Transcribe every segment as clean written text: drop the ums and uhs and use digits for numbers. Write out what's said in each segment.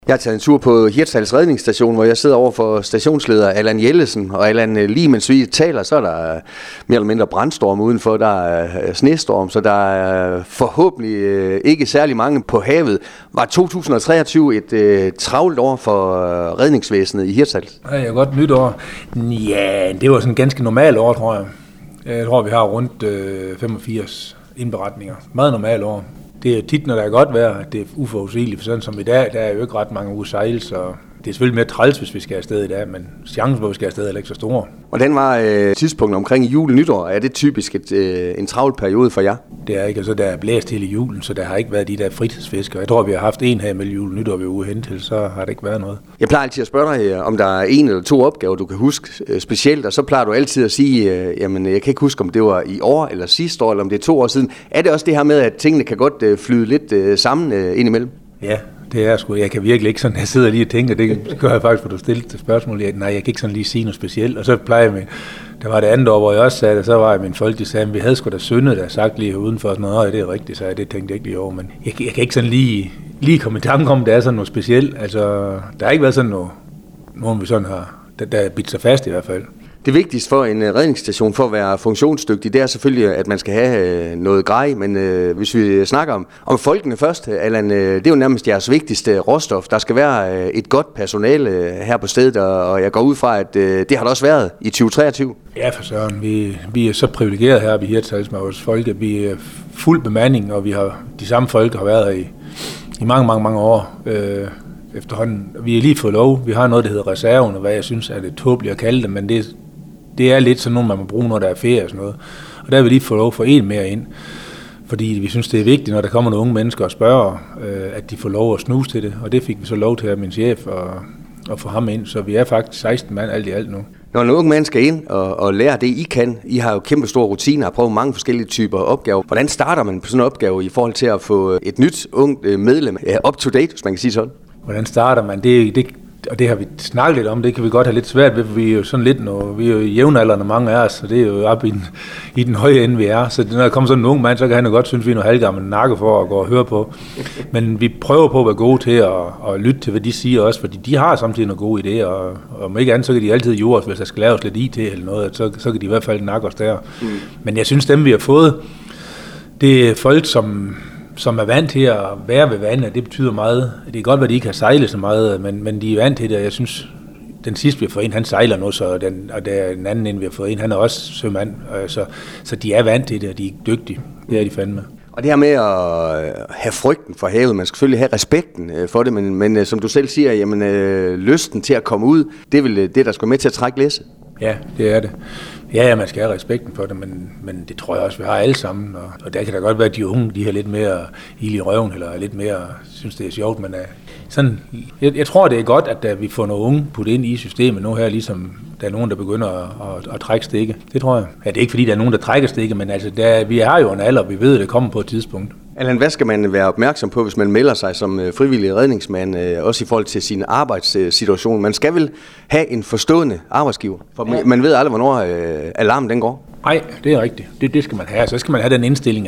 Jeg har taget en tur på Hirtshals redningsstation, hvor jeg sidder over for stationsleder Allan Jellesen. Og Allan, lige mens vi taler, så er der mere eller mindre brandstorm udenfor. Der er snestorm, så der er forhåbentlig ikke særlig mange på havet. Var 2023 et travlt år for redningsvæsenet i Hirtshals? Ja, godt nytår. Ja, det var sådan et ganske normalt år, tror jeg. Jeg tror, vi har rundt 85 indberetninger. Meget normalt år. Det er tit, når der er godt vejr, at det er uforudsigeligt, for sådan som i dag, der er jo ikke ret mange uger sejl, så det er selvfølgelig mere træls, hvis vi skal afsted i dag, men chancen for, at vi skal afsted, er ikke så stor. Hvordan var tidspunktet omkring jul og nytår? Er det typisk en travl periode for jer? Det er ikke, og så der er blæst hele julen, så der har ikke været de der fritidsfisker. Jeg tror, vi har haft en her mellem jul og nytår, vi er ude hen til, så har det ikke været noget. Jeg plejer altid at spørge dig, om der er en eller to opgaver, du kan huske specielt, og så plejer du altid at sige, jamen jeg kan ikke huske, om det var i år eller sidste år, eller om det er 2 år siden. Er det også det her med, at tingene kan godt flyde lidt sammen indimellem? Ja, det er sgu. Jeg kan virkelig ikke sådan, jeg sidder lige og tænker, det gør jeg faktisk, for du stillede til spørgsmål. Nej, jeg kan ikke sådan lige sige noget specielt. Og så plejer jeg, der var det andet år, hvor jeg også sagde det, så var jeg min folk, de sagde, vi havde sgu da syndet, der sagt lige udenfor, sådan noget, det er rigtigt, så det tænkte jeg ikke lige over. Men jeg kan ikke sådan lige komme i tanke om, det er sådan noget specielt. Altså, der har ikke været sådan nogen vi sådan har, der er bidt sig fast i hvert fald. Det vigtigste for en redningsstation for at være funktionsdygtig, det er selvfølgelig, at man skal have noget grej, men hvis vi snakker om folkene først, Allan, det er jo nærmest jeres vigtigste råstof. Der skal være et godt personale her på stedet, og jeg går ud fra, at det har der også været i 2023. Ja, for søren. Vi er så privilegeret her ved Hirtshals med vores folke. Vi er fuld bemanding, og vi har de samme folk har været her i mange år. Efterhånden. Vi har lige fået lov. Vi har noget, der hedder reserven, og hvad jeg synes er det tåbeligt at kalde det, men det er lidt sådan noget, man må bruge, når der er ferie og sådan noget. Og der har vi lige fået lov for en mere ind, fordi vi synes, det er vigtigt, når der kommer nogle unge mennesker og spørger, at de får lov at snuse til det. Og det fik vi så lov til af min chef at få ham ind, så vi er faktisk 16 mand alt i alt nu. Når en ung mand skal ind og lære det, I kan, I har jo kæmpe store rutiner og prøvet mange forskellige typer opgaver. Hvordan starter man på sådan en opgave i forhold til at få et nyt ungt medlem up to date, hvis man kan sige sådan? Hvordan starter man? Og det har vi snakket lidt om, det kan vi godt have lidt svært ved, for vi er jo sådan lidt vi er jo jævnaldrende mange af os, så det er jo op i den høje ende, vi er. Så når der kommer sådan en ung mand, så kan han jo godt synes, vi er noget halvgammel nakke for at gå og høre på. Men vi prøver på at være gode til at lytte til, hvad de siger også, fordi de har samtidig nogle gode idéer, og om ikke andet, så kan de altid jure os, hvis der skal laves lidt IT eller noget, så kan de i hvert fald nakke os der. Men jeg synes, dem vi har fået, det er folk, som er vant til at være ved vandet, det betyder meget. Det er godt, at de ikke har sejlet så meget, men de er vant til det, og jeg synes, den sidste vi har fået ind, han sejler nu, og der er en anden, vi har fået ind, han er også sømand, så de er vant til det, og de er dygtige. Det er de fandme. Og det her med at have frygten for havet, man skal selvfølgelig have respekten for det, men som du selv siger, jamen, lysten til at komme ud, det er vel det, der skal med til at trække læsset? Ja, det er det. Ja, man skal have respekten for det, men det tror jeg også, vi har alle sammen. Og der kan da godt være, at de unge, de har lidt mere ild i røven, eller lidt mere synes, det er sjovt. Men sådan, jeg tror, det er godt, at vi får nogle unge puttet ind i systemet nu her, ligesom der er nogen, der begynder at trække stikke. Det tror jeg. Ja, det er ikke, fordi der er nogen, der trækker stikke, men altså, vi har jo en alder, vi ved, at det kommer på et tidspunkt. Allan, hvad skal man være opmærksom på, hvis man melder sig som frivillig redningsmand, også i forhold til sin arbejdssituation? Man skal vel have en forstående arbejdsgiver, for man ved aldrig, hvornår alarmen den går. Nej, det er rigtigt. Det skal man have. Så skal man have den indstilling,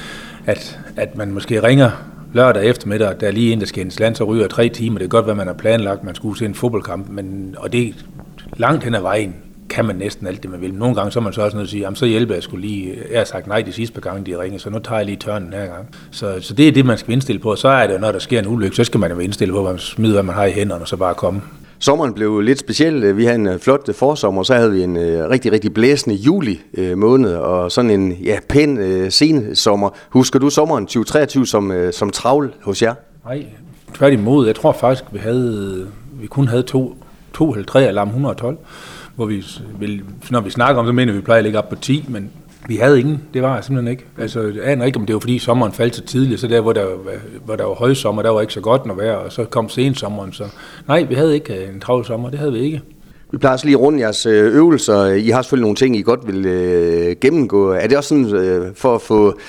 at man måske ringer lørdag eftermiddag, der er lige en, der skal hentes land, så ryger 3 timer. Det er godt, hvad man har planlagt. Man skulle se en fodboldkamp, og det langt hen ad vejen kan man næsten alt det, man vil. Nogle gange så er man så også nødt til at sige, jamen så hjælper jeg skulle lige. Jeg har sagt nej de sidste par gange, de ringer, så nu tager jeg lige tørnen her gang. Så det er det, man skal indstille på. Så er det, når der sker en ulykke, så skal man jo indstille på, at man smider, hvad man har i hænderne, og så bare komme. Sommeren blev lidt speciel. Vi havde en flot forsommer, så havde vi en rigtig, rigtig blæsende juli måned, og sådan en pæn sensommer. Husker du sommeren 2023 som travl hos jer? Nej, tværtimod. Jeg tror faktisk, vi kun havde to eller 3 alarm 112, hvor når vi snakker om, så mener vi plejer at ligge op på 10, men vi havde ingen. Det var simpelthen ikke. Altså, jeg aner ikke, om det var fordi sommeren faldt så tidligt, så der, hvor der var højsommer, der var ikke så godt når vejr, og så kom sensommeren, så nej, vi havde ikke en travl sommer, det havde vi ikke. Vi plejer også lige rundt jeres øvelser. I har selvfølgelig nogle ting, I godt vil gennemgå. Er det også sådan for at få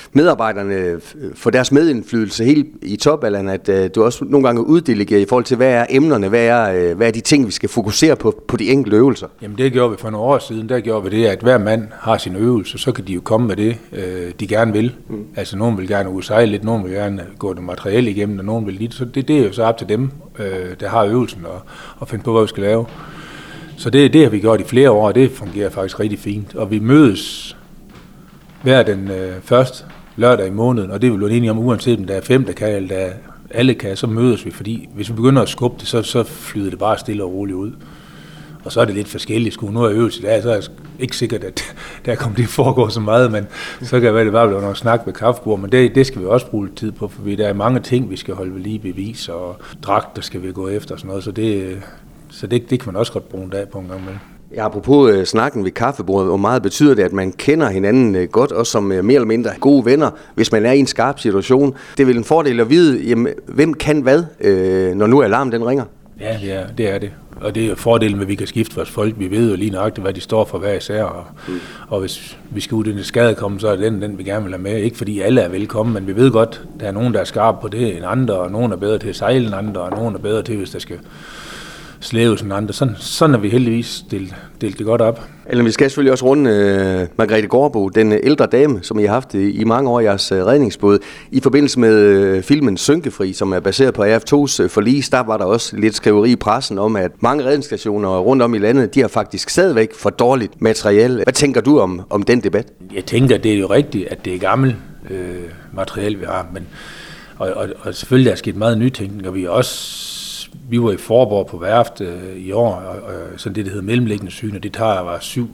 medarbejderne får deres medindflydelse helt i top, Allan, at du også nogle gange uddelegerer i forhold til, hvad er emnerne, hvad er de ting, vi skal fokusere på de enkelte øvelser? Jamen det gjorde vi for nogle år siden, der gjorde vi det, at hver mand har sin øvelse, så kan de jo komme med det, de gerne vil. Altså nogen vil gerne udsejle lidt, nogen vil gerne gå det materielle igennem, og nogen vil lidt, så det er jo så op til dem, der har øvelsen, og finde på, hvad vi skal lave. Så det har vi gjort i flere år, og det fungerer faktisk rigtig fint. Og vi mødes hver den første lørdag i måneden, og det er vi jo enige om, uanset om der er 5, der kan, eller der alle kan, så mødes vi, fordi hvis vi begynder at skubbe det, så flyder det bare stille og roligt ud. Og så er det lidt forskelligt. Skulle nu have øvelse der, så er det ikke sikkert, at der kommer det foregår så meget, men så kan det være, det bare bliver noget snak ved kaffebord, men det skal vi også bruge lidt tid på, for der er mange ting, vi skal holde ved lige bevis, og dragter skal vi gå efter og sådan noget, så det kan man også godt bruge en dag på en gang med. Ja, apropos snakken ved kaffebordet, hvor meget betyder det, at man kender hinanden godt, også som mere eller mindre gode venner, hvis man er i en skarp situation. Det er vel en fordel at vide, jamen, hvem kan hvad, når nu alarmen den ringer? Ja, det er det. Og det er fordelen med, at vi kan skifte vores folk. Vi ved jo lige nøjagtigt, hvad de står for hver især. Og hvis vi skal ud i den skade komme, så er det den vi gerne vil have med. Ikke fordi alle er velkommen, men vi ved godt, der er nogen, der er skarpe på det end andre, og nogen er bedre til at sejle end andre, og nogen er bedre til, hvis der skal slæves end andre. Sådan er vi heldigvis delt det godt op. Eller vi skal selvfølgelig også runde Margrethe Gårdbo, den ældre dame, som I har haft i mange år i jeres redningsbåd. I forbindelse med filmen Synkefri, som er baseret på AF2's forlis, der var der også lidt skriveri i pressen om, at mange redningsstationer rundt om i landet, de har faktisk stadigvæk for dårligt materiale. Hvad tænker du om den debat? Jeg tænker, det er jo rigtigt, at det er gammelt materiale, vi har. Men, og selvfølgelig er der sket meget nytænkning, og vi var i Forborg på værft i år, og sådan det hedder mellemliggende syn, og det tager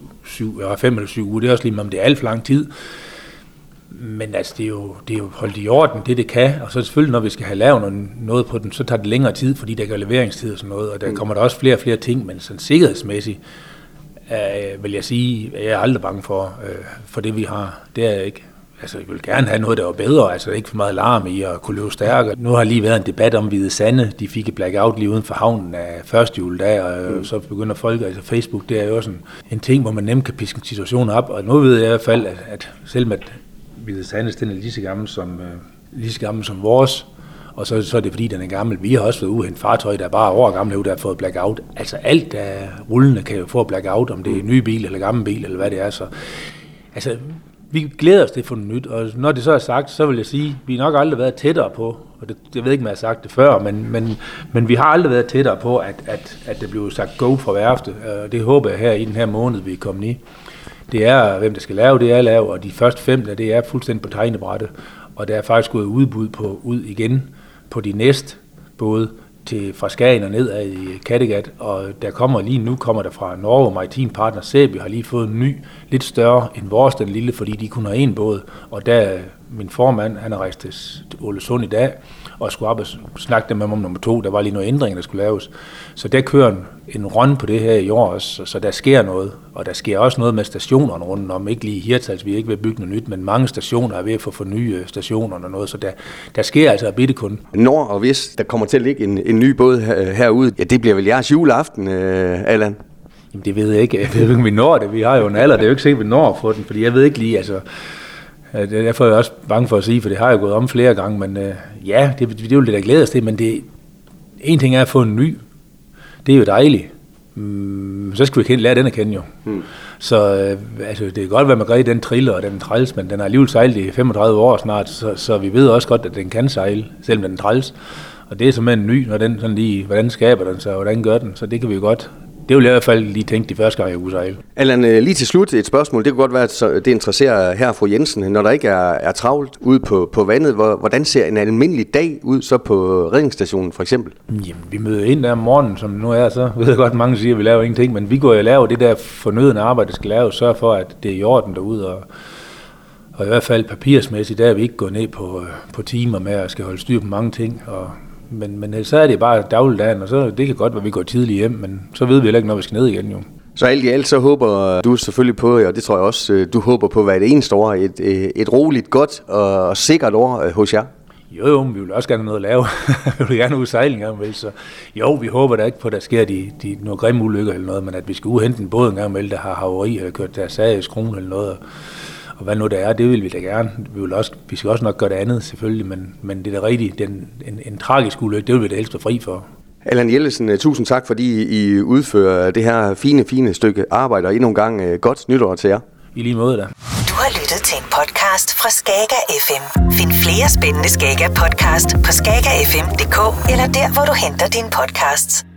5 eller 7 uger. Det er også lige om det er alt for lang tid. Men altså, det er jo holdt i orden, det kan. Og så selvfølgelig, når vi skal have lavet noget på den, så tager det længere tid, fordi der går leveringstid og sådan noget. Og der kommer der også flere og flere ting, men sådan sikkerhedsmæssigt vil jeg sige, at jeg er aldrig bange for det, vi har. Det er jeg ikke. Altså, jeg vil gerne have noget, der var bedre, altså ikke for meget larm i at kunne løbe stærkere. Nu har lige været en debat om Hvide Sande. De fik et blackout lige uden for havnen af første juledag, og så begynder folk, altså Facebook, det er jo sådan en ting, hvor man nemt kan piske en situation op, og nu ved jeg i hvert fald, at selvom at Hvide Sande, den er lige så gammel som vores, og så er det fordi, den er gammel. Vi har også været ude en fartøj, der er bare år gammel, der har fået blackout. Altså alt, der er rullende, kan jo få blackout, om det er en ny bil eller gammel bil, eller hvad det er. Så altså, vi glæder os til at få noget nyt, og når det så er sagt, så vil jeg sige, at vi nok aldrig været tættere på, og jeg ved ikke, om jeg har sagt det før, men vi har aldrig været tættere på, at det blev sagt go fra værftet, og det håber jeg her i den her måned, vi er kommet i. Det er, hvem der skal lave, det er lave, og de første 5, det er fuldstændig på tegnebrættet, og der er faktisk gået udbud ud igen på de næste både fra Skagen og nedad i Kattegat, og der kommer fra Norge, Maritim Partner Sæby har lige fået en ny, lidt større end vores, den lille, fordi de kun har en båd, og der min formand, han har rejst til Ålesund i dag, og skulle op og snakke med om nummer 2, der var lige nogle ændringer, der skulle laves. Så der kører en run på det her i år også, så der sker noget, og der sker også noget med stationerne rundt om, ikke lige i Hirtshals, vi er ikke ved at bygge noget nyt, men mange stationer er ved at få forny stationerne og noget, så der sker altså bitte kun. Når og hvis der kommer til at ligge en ny båd herude, ja, det bliver vel jeres juleaften, Allan? Jamen det ved jeg ikke. Jeg ved ikke, om vi når det. Vi har jo en alder, det er jo ikke sikkert, vi når at få den, fordi jeg ved ikke lige, altså. Derfor er jeg også bange for at sige, for det har jeg gået om flere gange, men ja, det er jo lidt, der glæder os til, men en ting er at få en ny. Det er jo dejligt. Så skal vi lære den at kende jo. Så altså, det kan godt være, at Margrethe den triller, og den træls, men den har alligevel sejlet i 35 år snart, så vi ved også godt, at den kan sejle, selvom den træls. Og det er simpelthen en ny, når den sådan lige, hvordan skaber den sig, og hvordan gør den, så det kan vi jo godt. Det vil jeg i hvert fald lige tænke de første gang, jeg kunne sejle. Allan, lige til slut et spørgsmål. Det kunne godt være, at det interesserer her fru Jensen. Når der ikke er travlt ude på vandet, hvordan ser en almindelig dag ud så på redningsstationen for eksempel? Jamen, vi møder ind der om morgenen, som nu er, så ved jeg godt, at mange siger, at vi laver ingenting, men vi går og laver det der fornødende arbejde, der skal laves, sørge for, at det er i orden derude, og i hvert fald papirsmæssigt, der er vi ikke gået ned på timer med at skal holde styr på mange ting, men så er det bare dagligdagen, og så det kan godt være, at vi går tidligt hjem, men så ved vi heller ikke, når vi skal ned igen jo. Så alt i alt, så håber du selvfølgelig på, og det tror jeg også, du håber på hver det eneste år, et roligt, godt og sikkert år hos jer? Jo, vi vil også gerne have noget at lave. Vi vil gerne ud sejling gang imellem, så jo, vi håber da ikke på, at der sker nogle grimme ulykker eller noget, men at vi skal udhente en båd en gang imellem, der har haveri eller kørt deres sag i skruen eller noget, Og hvad nu det er, det vil vi da gerne. Vi skal også nok gøre det andet, selvfølgelig, men det er da rigtigt. En tragisk ulykke, det vil vi da helst være fri for. Allan Jellesen, tusind tak, fordi I udfører det her fine stykke arbejde, og endnu en gang godt nytår til jer. I lige måde da. Du har lyttet til en podcast fra Skager FM. Find flere spændende Skager podcast på skagerfm.dk eller der, hvor du henter dine podcasts.